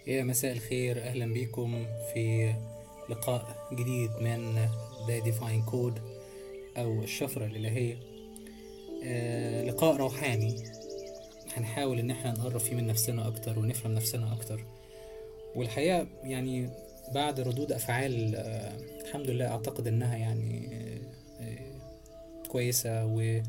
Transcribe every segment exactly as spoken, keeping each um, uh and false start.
يا مساء الخير، أهلا بكم في لقاء جديد من The Divine Code أو الشفرة الإلهية. آه، لقاء روحاني هنحاول إن احنا نقرب فيه من نفسنا أكتر ونفهم نفسنا أكتر. والحقيقة يعني بعد ردود أفعال آه، الحمد لله أعتقد إنها يعني آه، آه، كويسة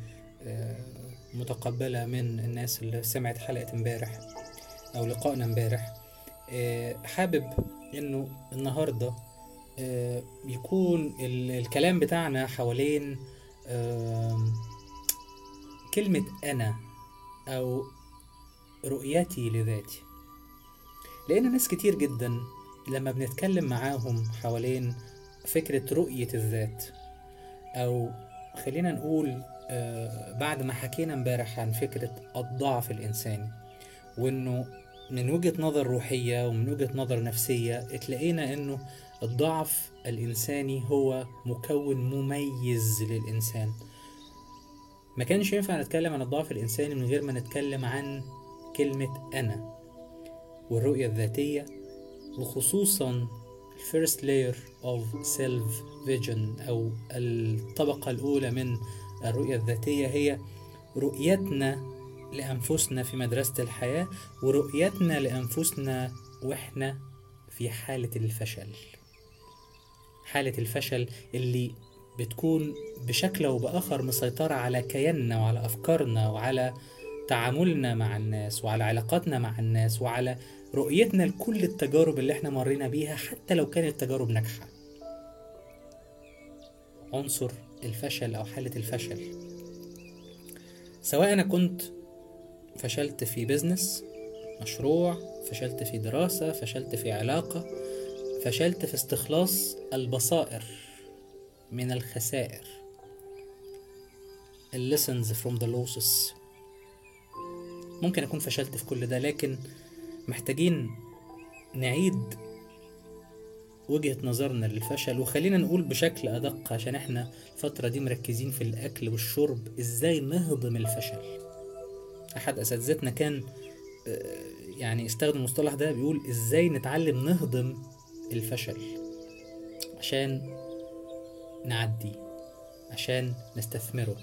ومتقبلة من الناس اللي سمعت حلقة امبارح أو لقائنا امبارح. آه، حابب انه النهاردة آه، يكون ال- الكلام بتاعنا حوالين آم، كلمة أنا أو رؤيتي لذاتي، لأن ناس كتير جدا لما بنتكلم معاهم حوالين فكرة رؤية الذات، أو خلينا نقول آه، بعد ما حكينا امبارح عن فكرة الضعف الإنساني، وانه من وجهة نظر روحية ومن وجهة نظر نفسية اتلاقينا انه الضعف الانساني هو مكون مميز للانسان. ما كانش ينفع نتكلم عن الضعف الانساني من غير ما نتكلم عن كلمة انا والرؤية الذاتية، وخصوصا first layer of self vision او الطبقة الاولى من الرؤية الذاتية، هي رؤيتنا لأنفسنا في مدرسة الحياة، ورؤيتنا لأنفسنا وإحنا في حالة الفشل. حالة الفشل اللي بتكون بشكل أو بآخر مسيطرة على كياننا وعلى أفكارنا وعلى تعاملنا مع الناس وعلى علاقاتنا مع الناس وعلى رؤيتنا لكل التجارب اللي احنا مرينا بيها حتى لو كانت تجارب ناجحة. عنصر الفشل أو حالة الفشل، سواء أنا كنت فشلت في بيزنس، مشروع، فشلت في دراسة، فشلت في علاقة، فشلت في استخلاص البصائر من الخسائر، ال lessons from the losses. ممكن أكون فشلت في كل ده، لكن محتاجين نعيد وجهة نظرنا للفشل، وخلينا نقول بشكل أدق عشان احنا الفترة دي مركزين في الأكل والشرب، ازاي نهضم الفشل. أحد أساتذتنا كان يعني استخدم المصطلح ده، بيقول ازاي نتعلم نهضم الفشل عشان نعدي، عشان نستثمره.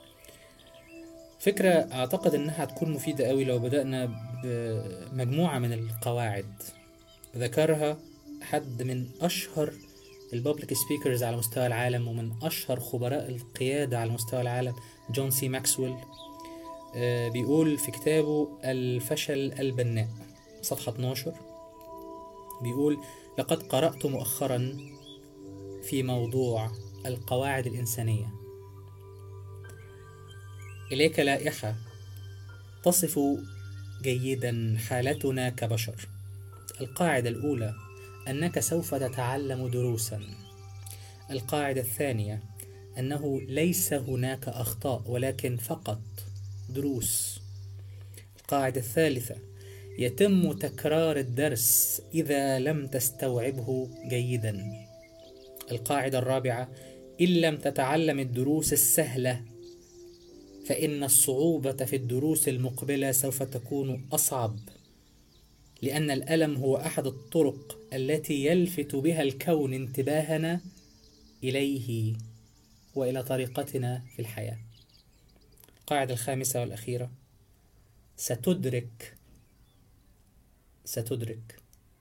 فكرة اعتقد انها هتكون مفيدة قوي لو بدأنا بمجموعة من القواعد ذكرها حد من اشهر البابليك سبيكرز على مستوى العالم ومن اشهر خبراء القيادة على مستوى العالم، جون سي ماكسويل. آه، بيقول في كتابه الفشل البناء صفحة اتناشر، بيقول: لقد قرأت مؤخرا في موضوع القواعد الإنسانية إليك لائحة تصف جيدا حالتنا كبشر. القاعدة الأولى: أنك سوف تتعلم دروسا. القاعدة الثانية: أنه ليس هناك أخطاء ولكن فقط دروس. القاعدة الثالثة: يتم تكرار الدرس إذا لم تستوعبه جيدا. القاعدة الرابعة: إن لم تتعلم الدروس السهلة فإن الصعوبة في الدروس المقبلة سوف تكون أصعب، لأن الألم هو أحد الطرق التي يلفت بها الكون انتباهنا إليه وإلى طريقتنا في الحياة. القاعدة الخامسة والأخيرة: ستدرك ستدرك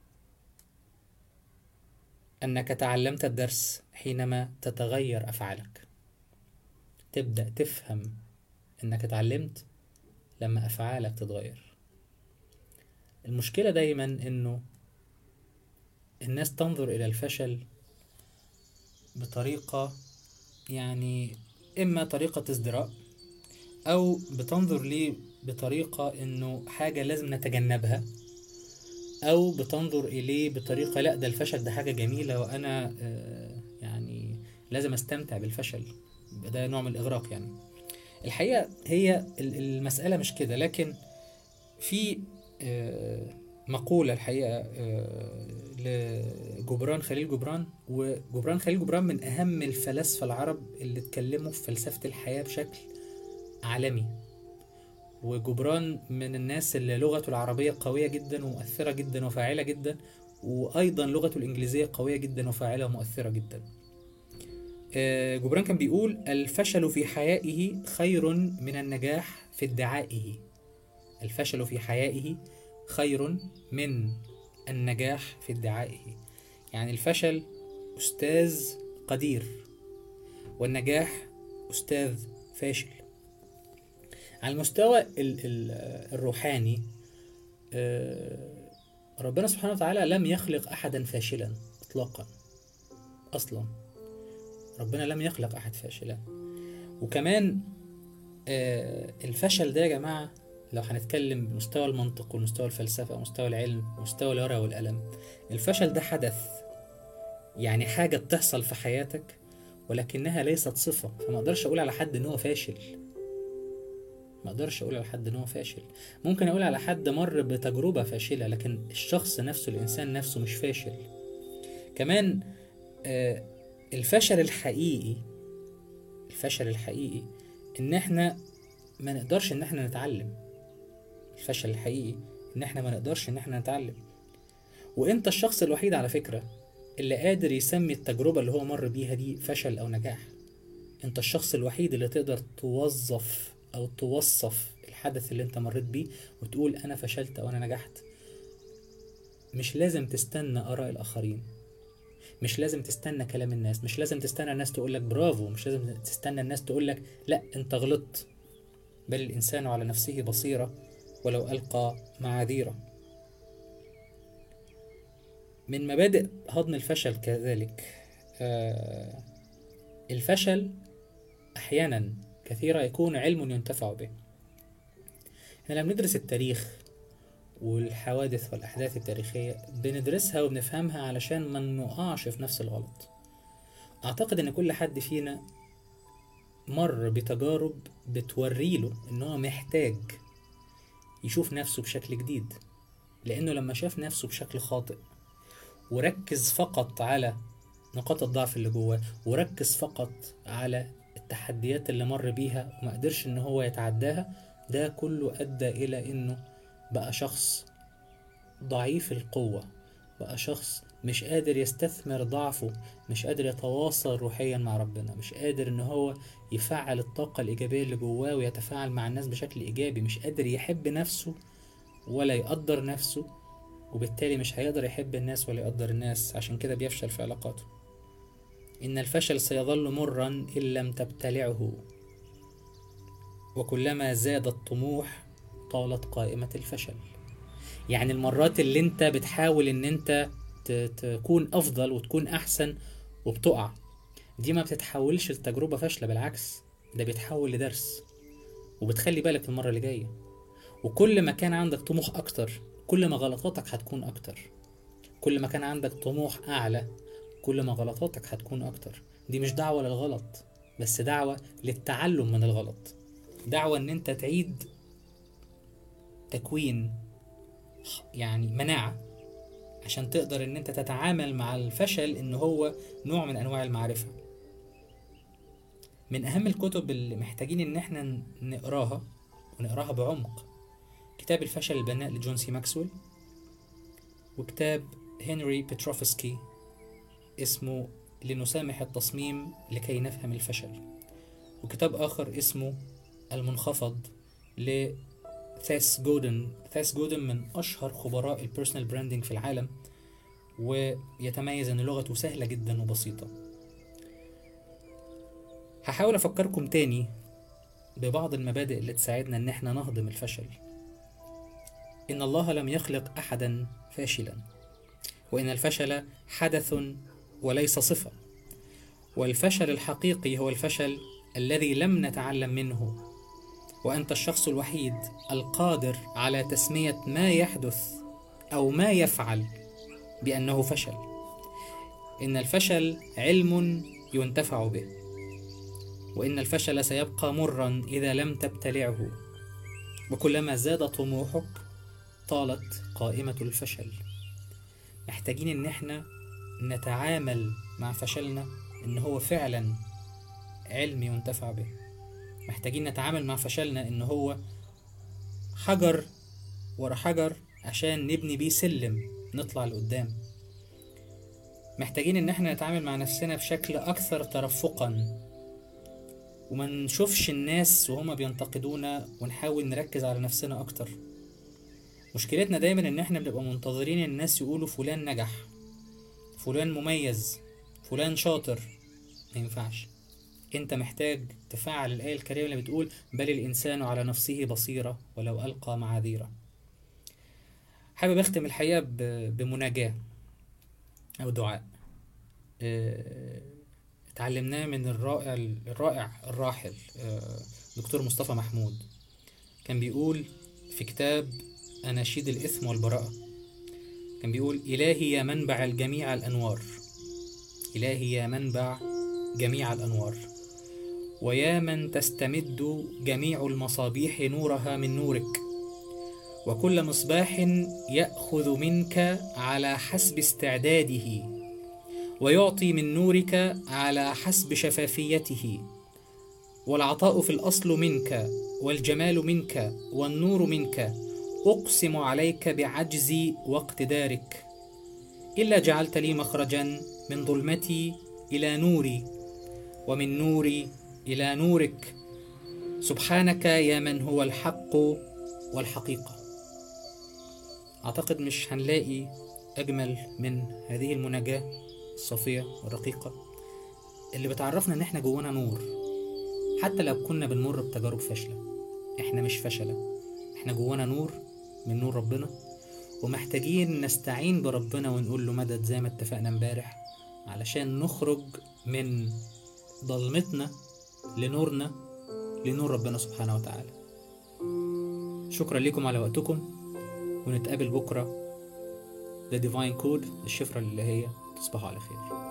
أنك تعلمت الدرس حينما تتغير أفعالك. تبدأ تفهم أنك تعلمت لما أفعالك تتغير. المشكلة دايما أنه الناس تنظر إلى الفشل بطريقة، يعني إما طريقة ازدراء، أو بتنظر ليه بطريقة أنه حاجة لازم نتجنبها، أو بتنظر إليه بطريقة لا ده الفشل ده حاجة جميلة وأنا آه يعني لازم أستمتع بالفشل، ده نوع من الإغراق. يعني الحقيقة هي المسألة مش كده، لكن في آه مقولة الحقيقة آه لجبران خليل جبران، وجبران خليل جبران من أهم الفلاسفة العرب اللي اتكلموا في فلسفة الحياة بشكل عالمي، وجبران من الناس اللي لغته العربية قوية جدا ومؤثرة جدا وفاعلة جدا، وأيضا لغته الإنجليزية قوية جدا وفاعلة ومؤثرة جدا. آه، جبران كان بيقول: الفشل في حيائه خير من النجاح في ادعائه. الفشل في حيائه خير من النجاح في ادعائه. يعني الفشل أستاذ قدير، والنجاح أستاذ فاشل. على المستوى ال- ال- الروحاني، آه، ربنا سبحانه وتعالى لم يخلق أحدا فاشلا إطلاقا. أصلا ربنا لم يخلق أحد فاشلا. وكمان آه، الفشل ده يا جماعة، لو هنتكلم بمستوى المنطق ومستوى الفلسفة ومستوى العلم ومستوى الورقة والقلم، الفشل ده حدث، يعني حاجة بتحصل في حياتك ولكنها ليست صفة. فما اقدرش اقول على حد ان هو فاشل، ما اقدرش اقول على حد ان هو فاشل. ممكن اقول على حد مر بتجربة فاشلة، لكن الشخص نفسه، الانسان نفسه مش فاشل. كمان آه، الفشل الحقيقي، الفشل الحقيقي ان احنا ما نقدرش ان احنا نتعلم. الفشل الحقيقي ان احنا ما نقدرش ان احنا نتعلم. وانت الشخص الوحيد على فكرة اللي قادر يسمي التجربة اللي هو مر بيها دي فشل او نجاح. انت الشخص الوحيد اللي تقدر توظف او توصف الحدث اللي انت مريت بيه وتقول انا فشلت او انا نجحت. مش لازم تستنى اراء الاخرين، مش لازم تستنى كلام الناس، مش لازم تستنى الناس تقولك برافو، مش لازم تستنى الناس تقولك لا انت غلطت. بل الانسان على نفسه بصيرة ولو القى معاذيره. من مبادئ هضم الفشل كذلك، آه الفشل احيانا كثيرة يكون علم ينتفع به. احنا لما ندرس التاريخ والحوادث والأحداث التاريخية بندرسها وبنفهمها علشان ما نقعش في نفس الغلط. أعتقد إن كل حد فينا مر بتجارب بتوريله إن هو محتاج يشوف نفسه بشكل جديد، لأنه لما شاف نفسه بشكل خاطئ وركز فقط على نقاط الضعف اللي جواه، وركز فقط على التحديات اللي مر بيها وما قدرش إن هو يتعداها، ده كله أدى إلى إنه بقى شخص ضعيف القوة، بقى شخص مش قادر يستثمر ضعفه، مش قادر يتواصل روحيا مع ربنا، مش قادر ان هو يفعل الطاقة الإيجابية اللي جواه ويتفاعل مع الناس بشكل إيجابي، مش قادر يحب نفسه ولا يقدر نفسه، وبالتالي مش هيقدر يحب الناس ولا يقدر الناس. عشان كده بيفشل في علاقاته. إن الفشل سيظل مرا إن لم تبتلعه، وكلما زاد الطموح طالت قائمة الفشل. يعني المرات اللي انت بتحاول ان انت تكون افضل وتكون احسن وبتقع، دي ما بتتحولش لتجربة فاشلة، بالعكس ده بيتحول لدرس، وبتخلي بالك المرة اللي جاية. وكل ما كان عندك طموح اكتر كل ما غلطاتك هتكون اكتر، كل ما كان عندك طموح اعلى كل ما غلطاتك هتكون اكتر. دي مش دعوة للغلط، بس دعوة للتعلم من الغلط، دعوة ان انت تعيد تكوين يعني مناعة عشان تقدر ان انت تتعامل مع الفشل ان هو نوع من انواع المعرفة. من اهم الكتب اللي محتاجين ان احنا نقراها ونقراها بعمق كتاب الفشل البناء لجون سي ماكسويل، وكتاب هنري بيتروفسكي اسمه لنسامح التصميم لكي نفهم الفشل، وكتاب اخر اسمه المنخفض لثاس جودن. ثاس جودن من اشهر خبراء البيرسونال براندنج في العالم، ويتميز ان لغته سهلة جدا وبسيطة. هحاول افكركم تاني ببعض المبادئ اللي تساعدنا ان احنا نهضم الفشل. ان الله لم يخلق احدا فاشلا، وان الفشل حدث وليس صفة، والفشل الحقيقي هو الفشل الذي لم نتعلم منه، وانت الشخص الوحيد القادر على تسمية ما يحدث او ما يفعل بأنه فشل. إن الفشل علم ينتفع به، وإن الفشل سيبقى مرا إذا لم تبتلعه، وكلما زاد طموحك طالت قائمة الفشل. محتاجين إن احنا نتعامل مع فشلنا إن هو فعلا علم ينتفع به. محتاجين نتعامل مع فشلنا إن هو حجر ورا حجر عشان نبني بيه سلم نطلع لقدام. محتاجين ان احنا نتعامل مع نفسنا بشكل اكثر ترفقا، وما نشوفش الناس وهما بينتقدونا ونحاول نركز على نفسنا اكتر. مشكلتنا دايما ان احنا بنبقى منتظرين الناس يقولوا فلان نجح، فلان مميز، فلان شاطر. ما ينفعش. انت محتاج تفعل الآية الكريمة اللي بتقول بل الإنسان على نفسه بصيرة ولو ألقى معاذيره. حابب أختم الحقيقة بمناجاة أو دعاء اه اتعلمناه من الرائع الرائع الراحل اه دكتور مصطفى محمود. كان بيقول في كتاب أناشيد الإثم والبراءة، كان بيقول إلهي يا منبع الجميع الأنوار، إلهي يا منبع جميع الأنوار، ويا من تستمد جميع المصابيح نورها من نورك، وكل مصباح يأخذ منك على حسب استعداده، ويعطي من نورك على حسب شفافيته، والعطاء في الأصل منك، والجمال منك، والنور منك. أقسم عليك بعجزي واقتدارك، إلا جعلت لي مخرجا من ظلمتي إلى نوري، ومن نوري إلى نورك. سبحانك يا من هو الحق والحقيقة. أعتقد مش هنلاقي أجمل من هذه المناجاة الصافية والرقيقة اللي بتعرفنا إن إحنا جوانا نور. حتى لو كنا بنمر بتجارب فاشلة، إحنا مش فشلة، إحنا جوانا نور من نور ربنا، ومحتاجين نستعين بربنا ونقول له مدد زي ما اتفقنا امبارح، علشان نخرج من ظلمتنا لنورنا، لنور ربنا سبحانه وتعالى. شكرا لكم على وقتكم، ونتقابل بكرة The Divine Code، الشفرة الإلهية. تصبحوا على خير.